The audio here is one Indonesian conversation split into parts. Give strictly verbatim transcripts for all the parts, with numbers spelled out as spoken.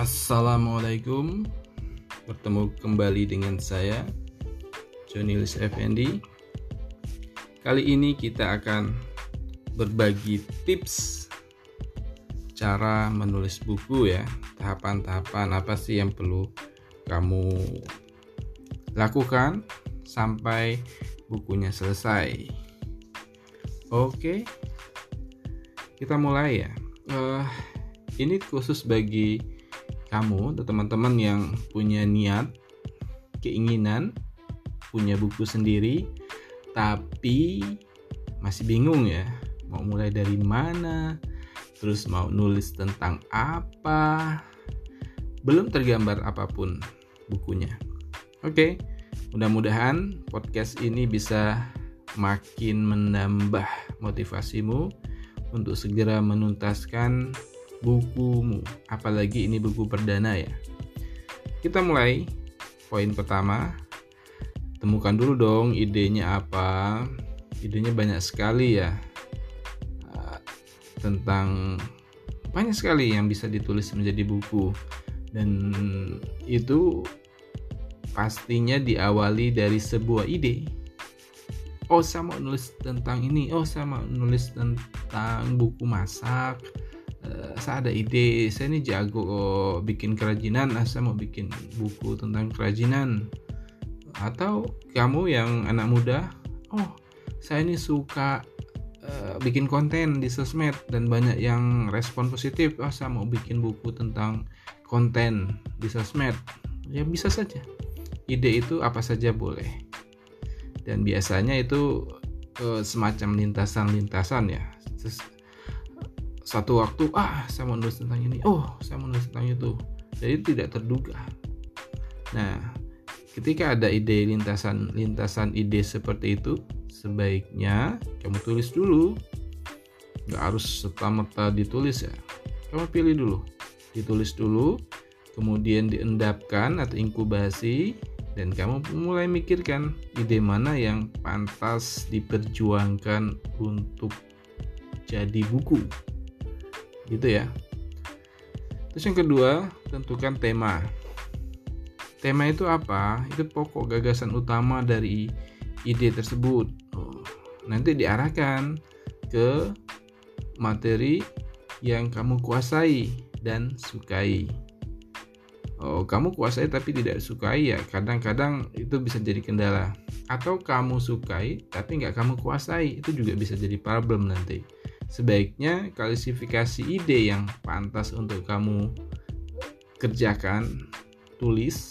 Assalamualaikum. Bertemu kembali dengan saya Johnny Lis Effendi. Kali ini kita akan berbagi tips cara menulis buku ya. Tahapan-tahapan apa sih yang perlu kamu lakukan sampai bukunya selesai. Oke, kita mulai ya. Uh, ini khusus bagi kamu atau teman-teman yang punya niat, keinginan, punya buku sendiri, tapi masih bingung ya, mau mulai dari mana, terus mau nulis tentang apa, belum tergambar apapun bukunya. Oke, mudah-mudahan podcast ini bisa makin menambah motivasimu untuk segera menuntaskan bukumu, apalagi ini buku perdana ya. Kita mulai. Poin pertama, temukan dulu dong idenya apa. Idenya banyak sekali ya, uh, tentang banyak sekali yang bisa ditulis menjadi buku, dan itu pastinya diawali dari sebuah ide. Oh, saya mau nulis tentang ini. Oh, saya mau nulis tentang buku masak. Saya ada ide, saya ini jago oh, bikin kerajinan, nah, saya mau bikin buku tentang kerajinan. Atau kamu yang anak muda, oh saya ini suka uh, bikin konten di sosmed dan banyak yang respon positif, oh saya mau bikin buku tentang konten di sosmed. Ya bisa saja, ide itu apa saja boleh, dan biasanya itu uh, semacam lintasan-lintasan ya. Satu waktu, ah saya mau nulis tentang ini, oh saya mau nulis tentang itu. Jadi tidak terduga. Nah, ketika ada ide lintasan-lintasan ide seperti itu, sebaiknya kamu tulis dulu. Gak harus serta-merta ditulis ya. Kamu pilih dulu, ditulis dulu, kemudian diendapkan atau inkubasi, dan kamu mulai mikirkan ide mana yang pantas diperjuangkan untuk jadi buku. Gitu ya. Terus yang kedua, tentukan tema. Tema itu apa? Itu pokok gagasan utama dari ide tersebut. Oh, nanti diarahkan ke materi yang kamu kuasai dan sukai. Oh, kamu kuasai tapi tidak sukai ya, kadang-kadang itu bisa jadi kendala. Atau kamu sukai tapi nggak kamu kuasai, itu juga bisa jadi problem nanti. Sebaiknya klasifikasi ide yang pantas untuk kamu kerjakan, tulis,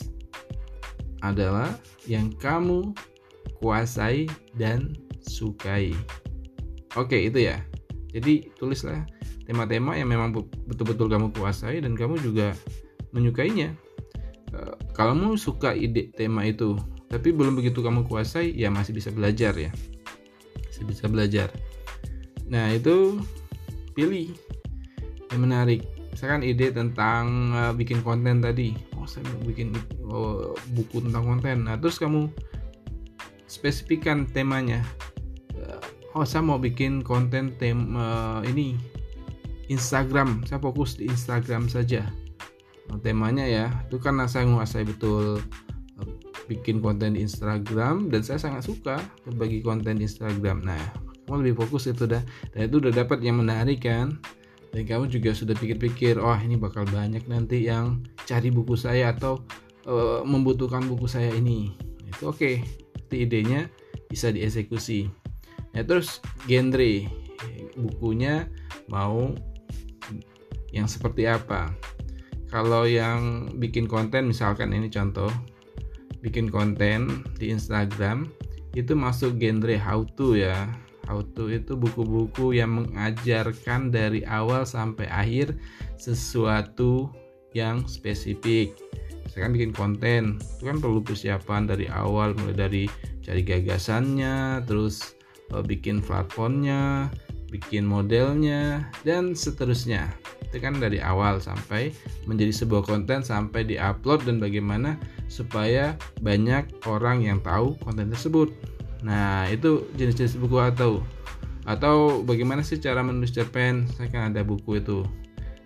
adalah yang kamu kuasai dan sukai. Oke, itu ya. Jadi tulislah tema-tema yang memang betul-betul kamu kuasai dan kamu juga menyukainya. Kalau kamu suka ide tema itu, tapi belum begitu kamu kuasai, ya masih bisa belajar ya. Masih bisa belajar. Nah, itu pilih yang menarik. Misalkan ide tentang uh, bikin konten tadi. Oh, saya mau bikin oh, buku tentang konten. Nah, terus kamu spesifikkan temanya. Uh, oh, saya mau bikin konten tem uh, ini Instagram. Saya fokus di Instagram saja. Nah, temanya ya, itu karena saya menguasai betul uh, bikin konten di Instagram dan saya sangat suka berbagi konten di Instagram. Nah, kamu lebih fokus itu dah, dan itu udah dapat yang menarik kan, dan kamu juga sudah pikir-pikir, oh ini bakal banyak nanti yang cari buku saya atau uh, membutuhkan buku saya ini. Itu oke, okay. Itu idenya bisa dieksekusi. Nah, terus genre bukunya mau yang seperti apa? Kalau yang bikin konten, misalkan ini contoh, bikin konten di Instagram, itu masuk genre how to ya. How to itu buku-buku yang mengajarkan dari awal sampai akhir sesuatu yang spesifik. Misalkan bikin konten, itu kan perlu persiapan dari awal, mulai dari cari gagasannya, terus bikin platformnya, bikin modelnya, dan seterusnya. Itu kan dari awal sampai menjadi sebuah konten, sampai diupload, dan bagaimana supaya banyak orang yang tahu konten tersebut. Nah, itu jenis-jenis buku atau atau bagaimana sih cara menulis cerpen. Saya kan ada buku itu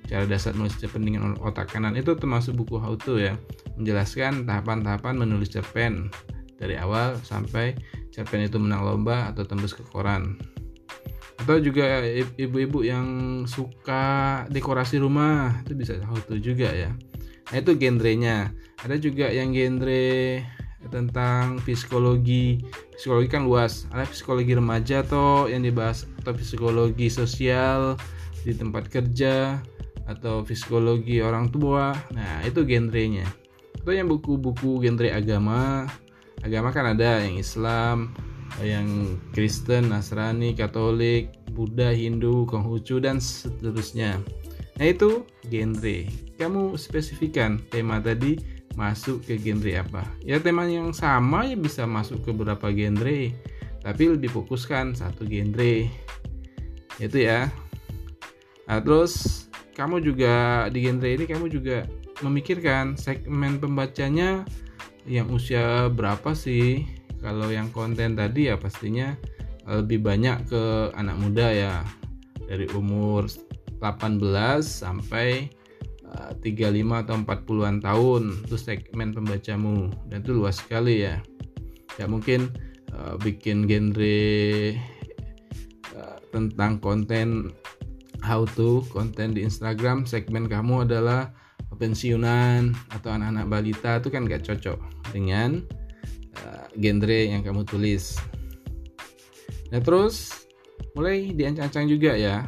cara dasar menulis cerpen dengan otak kanan, itu termasuk buku how to ya, menjelaskan tahapan-tahapan menulis cerpen dari awal sampai cerpen itu menang lomba atau tembus ke koran. Atau juga ibu-ibu yang suka dekorasi rumah, itu bisa how to juga ya. Nah itu genrenya. Ada juga yang genre tentang psikologi. Psikologi kan luas, ada psikologi remaja atau yang dibahas, atau psikologi sosial di tempat kerja, atau psikologi orang tua. Nah itu genrenya. Atau yang buku-buku genre agama. Agama kan ada yang Islam, yang Kristen, Nasrani, Katolik, Buddha, Hindu, Konghucu, dan seterusnya. Nah itu genre. Kamu spesifikan tema tadi masuk ke genre apa. Ya tema yang sama ya bisa masuk ke beberapa genre, tapi lebih fokuskan satu genre. Itu ya. Nah terus kamu juga di genre ini kamu juga memikirkan segmen pembacanya yang usia berapa sih. Kalau yang konten tadi ya pastinya lebih banyak ke anak muda ya, dari umur delapan belas sampai uh, tiga puluh lima atau empat puluhan tahun. Itu segmen pembacamu, dan itu luas sekali ya. Ya mungkin uh, bikin genre uh, tentang konten how to, konten di Instagram, segmen kamu adalah pensiunan atau anak-anak balita, itu kan gak cocok dengan uh, genre yang kamu tulis. Nah terus mulai diancang-ancang juga ya.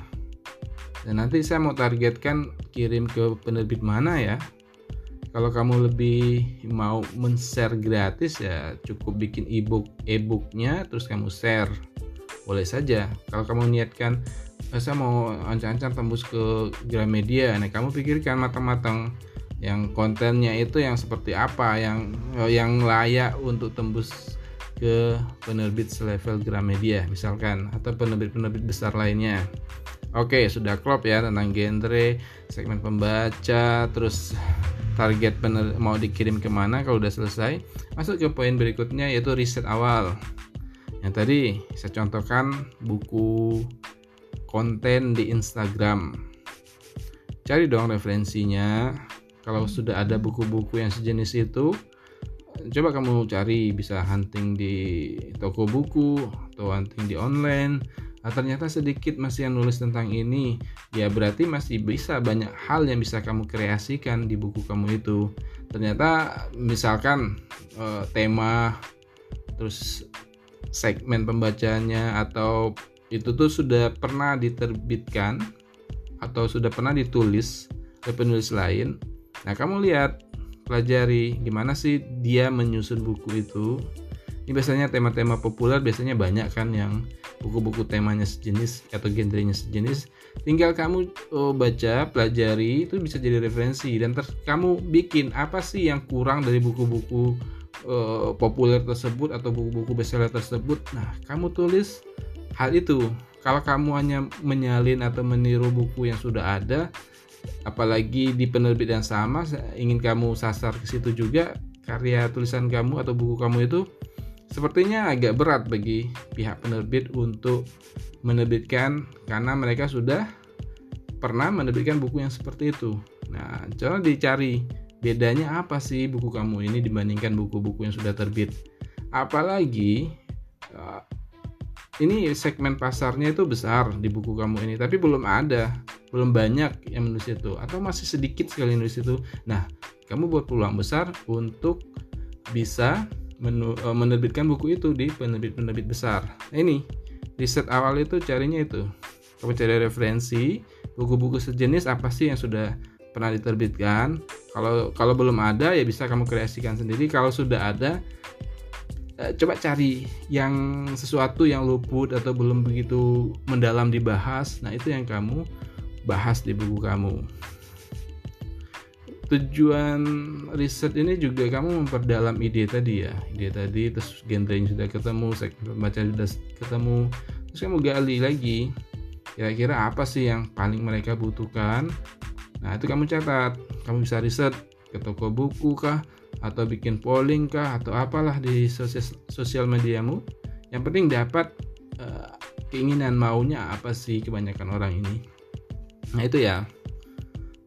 Dan nanti saya mau targetkan kirim ke penerbit mana ya. Kalau kamu lebih mau men-share gratis ya cukup bikin ebook e-booknya terus kamu share, boleh saja. Kalau kamu niatkan saya mau ancang-ancang tembus ke Gramedia, nah kamu pikirkan matang-matang yang kontennya itu yang seperti apa, yang yang layak untuk tembus ke penerbit selevel Gramedia misalkan, atau penerbit-penerbit besar lainnya. Oke, sudah klop ya tentang genre, segmen pembaca, terus target pener- mau dikirim kemana. Kalau udah selesai, masuk ke poin berikutnya yaitu riset awal. Yang tadi saya contohkan buku konten di Instagram. Cari dong referensinya. Kalau sudah ada buku-buku yang sejenis itu, coba kamu cari, bisa hunting di toko buku atau hunting di online. Nah, ternyata sedikit masih yang nulis tentang ini, ya berarti masih bisa banyak hal yang bisa kamu kreasikan di buku kamu itu. Ternyata misalkan eh, tema, terus segmen pembacanya, atau itu tuh sudah pernah diterbitkan atau sudah pernah ditulis oleh penulis lain. Nah kamu lihat, pelajari gimana sih dia menyusun buku itu. Ini biasanya tema-tema populer, biasanya banyak kan yang buku-buku temanya sejenis atau genrenya sejenis. Tinggal kamu oh, baca, pelajari, itu bisa jadi referensi. Dan ter- kamu bikin apa sih yang kurang dari buku-buku uh, populer tersebut atau buku-buku bestseller tersebut. Nah kamu tulis hal itu. Kalau kamu hanya menyalin atau meniru buku yang sudah ada, apalagi di penerbit yang sama, ingin kamu sasar ke situ juga, karya tulisan kamu atau buku kamu itu sepertinya agak berat bagi pihak penerbit untuk menerbitkan, karena mereka sudah pernah menerbitkan buku yang seperti itu. Nah, coba dicari bedanya apa sih buku kamu ini dibandingkan buku-buku yang sudah terbit. Apalagi ini segmen pasarnya itu besar di buku kamu ini, tapi belum ada, belum banyak yang menulis itu, atau masih sedikit sekali yang menulis itu. Nah, kamu buat peluang besar untuk bisa menu, menerbitkan buku itu di penerbit-penerbit besar. Nah, ini riset awal itu carinya itu. Kamu cari referensi buku-buku sejenis apa sih yang sudah pernah diterbitkan. Kalau kalau belum ada ya bisa kamu kreasikan sendiri. Kalau sudah ada, coba cari yang sesuatu yang luput atau belum begitu mendalam dibahas. Nah itu yang kamu bahas di buku kamu. Tujuan riset ini juga kamu memperdalam ide tadi ya, ide tadi, terus genrenya sudah ketemu, segmen pembaca sudah ketemu, terus kamu gali lagi kira-kira apa sih yang paling mereka butuhkan. Nah itu kamu catat, kamu bisa riset ke toko buku kah, atau bikin polling kah, atau apalah di sosial, sosial mediamu. Yang penting dapat uh, keinginan maunya apa sih kebanyakan orang ini. Nah itu ya.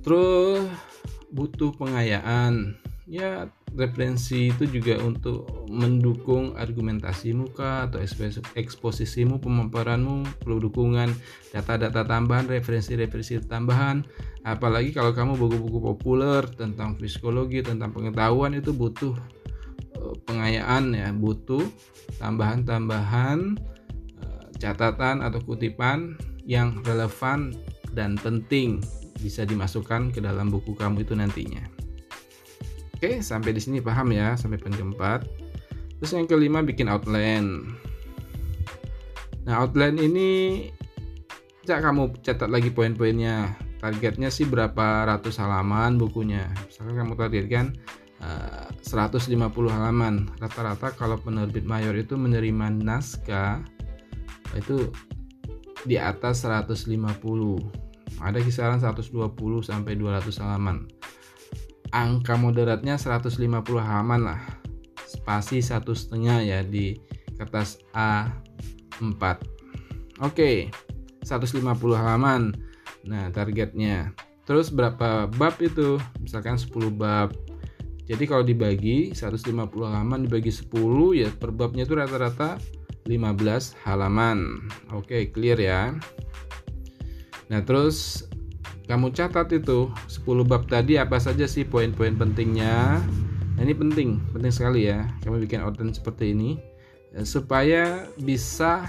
Terus butuh pengayaan. Ya, referensi itu juga untuk mendukung argumentasimu kah, atau eksposisimu, pemaparanmu, perlu dukungan data-data tambahan, referensi-referensi tambahan. Apalagi kalau kamu buku-buku populer tentang psikologi, tentang pengetahuan, itu butuh pengayaan ya, butuh tambahan-tambahan catatan atau kutipan yang relevan dan penting bisa dimasukkan ke dalam buku kamu itu nantinya. Oke, sampai di sini paham ya, sampai poin keempat. Terus yang kelima, bikin outline. Nah, outline ini cak kamu catat lagi poin-poinnya. Targetnya sih berapa ratus halaman bukunya. Misalkan kamu targetkan uh, seratus lima puluh halaman. Rata-rata kalau penerbit mayor itu menerima naskah itu di atas seratus lima puluh. Ada kisaran seratus dua puluh sampai dua ratus halaman. Angka moderatnya seratus lima puluh halaman lah, spasi satu setengah ya di kertas A empat. Oke, seratus lima puluh halaman. Nah, targetnya. Terus berapa bab itu? Misalkan sepuluh bab. Jadi kalau dibagi seratus lima puluh halaman dibagi sepuluh ya, per babnya itu rata-rata lima belas halaman. Oke, clear ya. Nah, terus kamu catat itu sepuluh bab tadi apa saja sih poin-poin pentingnya. Nah, ini penting, penting sekali ya. Kamu bikin outline seperti ini supaya bisa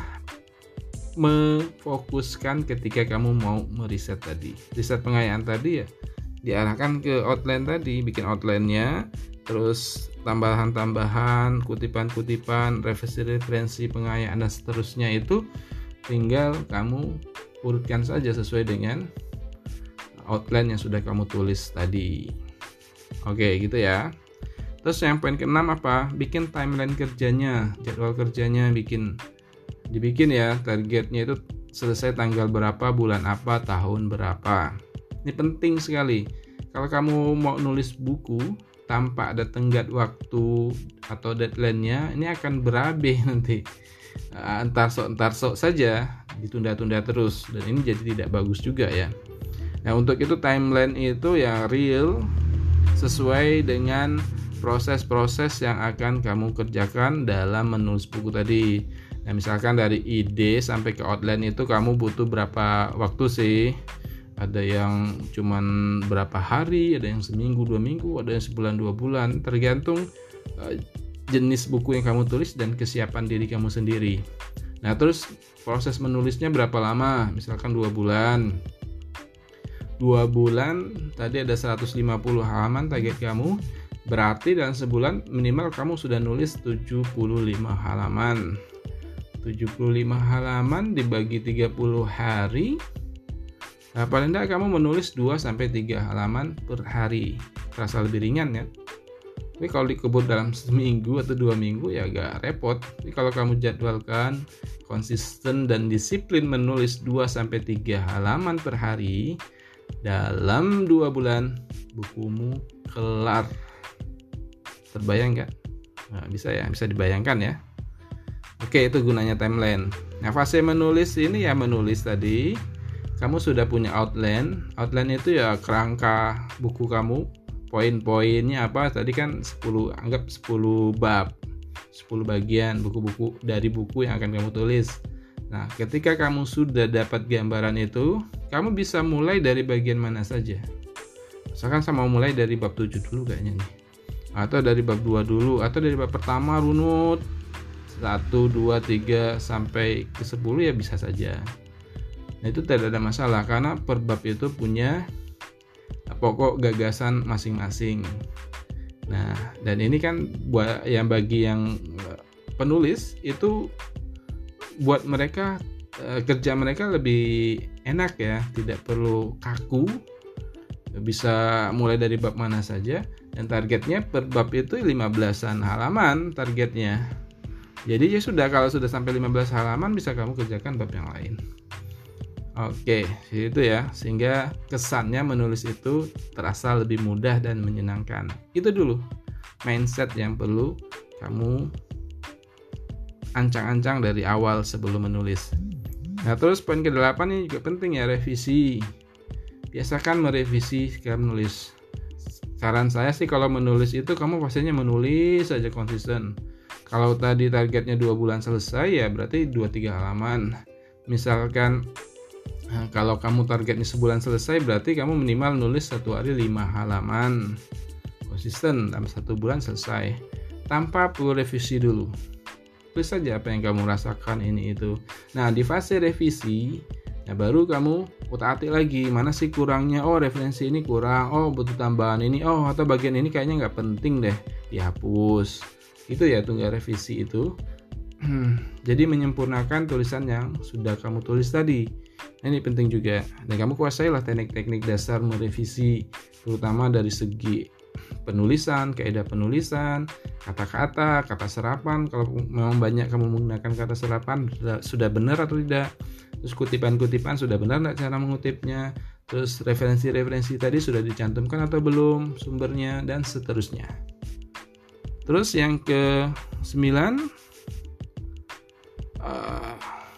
memfokuskan ketika kamu mau meriset tadi. Riset pengayaan tadi ya diarahkan ke outline tadi, bikin outline-nya, terus tambahan-tambahan, kutipan-kutipan, referensi-referensi pengayaan dan seterusnya itu tinggal kamu urutkan saja sesuai dengan outline yang sudah kamu tulis tadi. Oke, gitu ya. Terus yang poin keenam apa? Bikin timeline kerjanya, jadwal kerjanya bikin dibikin ya, targetnya itu selesai tanggal berapa, bulan apa, tahun berapa. Ini penting sekali. Kalau kamu mau nulis buku tanpa ada tenggat waktu atau deadline-nya, ini akan berabe nanti. Entar sok entar sok saja, ditunda-tunda terus, dan ini jadi tidak bagus juga ya. Nah, untuk itu timeline itu yang real sesuai dengan proses-proses yang akan kamu kerjakan dalam menulis buku tadi. Nah, misalkan dari ide sampai ke outline itu kamu butuh berapa waktu sih? Ada yang cuman berapa hari, ada yang seminggu, dua minggu, ada yang sebulan, dua bulan, tergantung uh, jenis buku yang kamu tulis dan kesiapan diri kamu sendiri. Nah, terus proses menulisnya berapa lama? Misalkan dua bulan. Dua bulan tadi ada seratus lima puluh halaman target kamu, berarti dalam sebulan minimal kamu sudah nulis tujuh puluh lima halaman. tujuh puluh lima halaman dibagi tiga puluh hari, nah paling tidak kamu menulis dua sampai tiga halaman per hari. Terasa lebih ringan ya. Tapi kalau dikebut dalam seminggu atau dua minggu ya agak repot. Tapi kalau kamu jadwalkan konsisten dan disiplin menulis dua sampai tiga halaman per hari, dalam dua bulan bukumu kelar. Terbayang nggak? Nah, bisa ya, bisa dibayangkan ya. Oke, itu gunanya timeline. Nah, fase menulis ini ya menulis tadi. Kamu sudah punya outline. Outline itu ya kerangka buku kamu. Poin-poinnya apa? Tadi kan sepuluh, anggap sepuluh bab, sepuluh bagian buku-buku dari buku yang akan kamu tulis. Nah, ketika kamu sudah dapat gambaran itu, kamu bisa mulai dari bagian mana saja. Misalkan saya mau mulai dari bab tujuh dulu kayaknya nih. Atau dari bab dua dulu, atau dari bab pertama runut satu, dua, tiga sampai ke sepuluh ya bisa saja. Nah, itu tidak ada masalah karena per bab itu punya pokok gagasan masing-masing. Nah, dan ini kan buat yang bagi yang penulis itu buat mereka eh, kerja mereka lebih enak ya, tidak perlu kaku, bisa mulai dari bab mana saja, dan targetnya per bab itu lima belasan halaman targetnya. Jadi ya sudah, kalau sudah sampai lima belas halaman bisa kamu kerjakan bab yang lain. Oke, itu ya, sehingga kesannya menulis itu terasa lebih mudah dan menyenangkan. Itu dulu mindset yang perlu kamu ancang-ancang dari awal sebelum menulis. Nah, terus poin kedelapan ini juga penting ya, revisi. biasakan merevisi kamu menulis. Saran saya sih kalau menulis itu kamu pastinya menulis saja konsisten. Kalau tadi targetnya dua bulan selesai ya berarti dua tiga halaman. Misalkan kalau kamu targetnya sebulan selesai berarti kamu minimal nulis satu hari lima halaman. Konsisten dalam satu bulan selesai. Tanpa perlu revisi dulu. Tulis saja apa yang kamu rasakan ini itu. Nah di fase revisi, nah baru kamu utak-atik lagi mana sih kurangnya. Oh referensi ini kurang, oh butuh tambahan ini, oh atau bagian ini kayaknya nggak penting deh, dihapus. Itu ya tunggal revisi itu. Jadi menyempurnakan tulisan yang sudah kamu tulis tadi. Nah, ini penting juga. Dan kamu kuasailah teknik-teknik dasar merevisi, terutama dari segi penulisan, kaidah penulisan, kata-kata, kata serapan. Kalau memang banyak kamu menggunakan kata serapan, sudah benar atau tidak? Terus kutipan-kutipan sudah benar nggak cara mengutipnya? Terus referensi-referensi tadi sudah dicantumkan atau belum sumbernya, dan seterusnya. Terus yang ke sembilan, uh,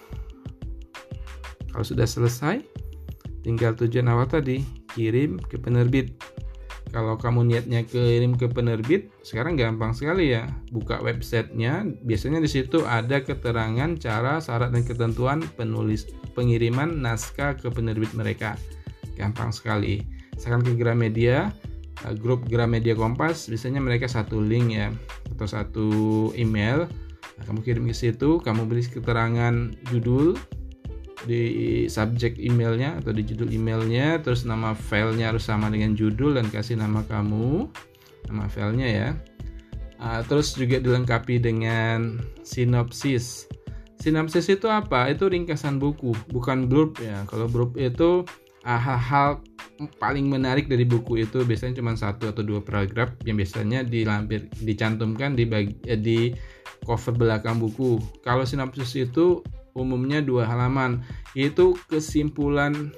kalau sudah selesai, tinggal tujuan awal tadi, kirim ke penerbit. Kalau kamu niatnya kirim ke penerbit, sekarang gampang sekali ya. Buka websitenya, biasanya di situ ada keterangan cara, syarat dan ketentuan penulis pengiriman naskah ke penerbit mereka. Gampang sekali. Sekarang ke Gramedia, grup Gramedia Kompas, biasanya mereka satu link ya atau satu email. Nah, kamu kirim ke situ, kamu beri keterangan judul di subjek emailnya atau di judul emailnya, terus nama filenya harus sama dengan judul dan kasih nama kamu, nama filenya ya. Uh, terus juga dilengkapi dengan sinopsis. Sinopsis itu apa? Itu ringkasan buku, bukan blurb ya. Kalau blurb itu uh, hal-hal paling menarik dari buku itu biasanya cuma satu atau dua paragraf yang biasanya dilampir dicantumkan di bagi, eh, di cover belakang buku. Kalau sinopsis itu umumnya dua halaman, itu kesimpulan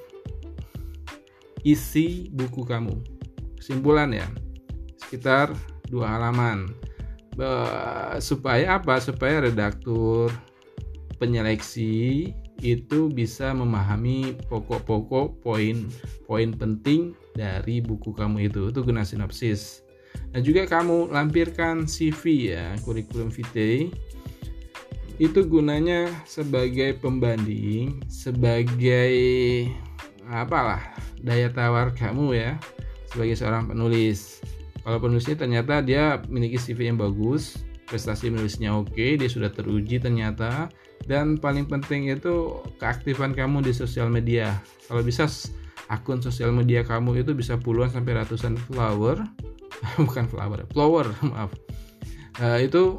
isi buku kamu. Kesimpulan ya, sekitar dua halaman. Be- supaya apa? Supaya redaktur, penyeleksi itu bisa memahami pokok-pokok poin-poin penting dari buku kamu itu. Itu guna sinopsis. Dan juga kamu lampirkan C V ya, kurikulum vitae. Itu gunanya sebagai pembanding, sebagai apalah daya tawar kamu ya sebagai seorang penulis. Kalau penulisnya ternyata dia memiliki C V yang bagus, prestasi menulisnya oke, dia sudah teruji ternyata, dan paling penting itu keaktifan kamu di sosial media. Kalau bisa akun sosial media kamu itu bisa puluhan sampai ratusan follower, bukan follower, follower maaf. Uh, itu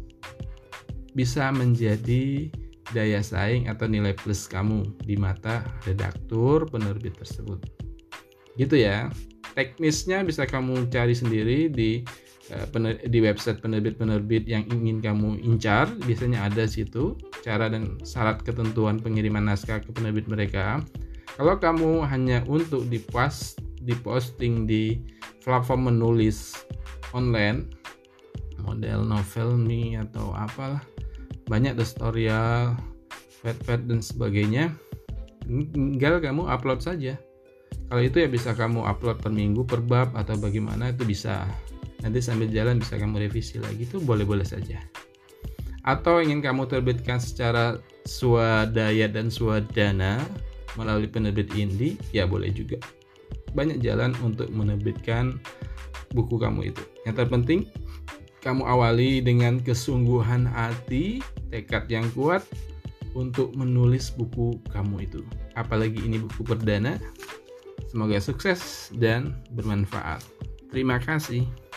bisa menjadi daya saing atau nilai plus kamu di mata redaktur penerbit tersebut. Gitu ya. Teknisnya bisa kamu cari sendiri di di website penerbit-penerbit yang ingin kamu incar. Biasanya ada situ cara dan syarat ketentuan pengiriman naskah ke penerbit mereka. Kalau kamu hanya untuk dipost, diposting di platform menulis online, model Novelme atau apalah, banyak tutorial, pad-pad dan sebagainya, tinggal kamu upload saja. Kalau itu ya bisa kamu upload per minggu, per bab atau bagaimana, itu bisa. Nanti sambil jalan bisa kamu revisi lagi, itu boleh-boleh saja. Atau ingin kamu terbitkan secara swadaya dan swadana melalui penerbit indie, ya boleh juga. Banyak jalan untuk menerbitkan buku kamu itu. Yang terpenting kamu awali dengan kesungguhan hati, tekad yang kuat untuk menulis buku kamu itu. Apalagi ini buku perdana. Semoga sukses dan bermanfaat. Terima kasih.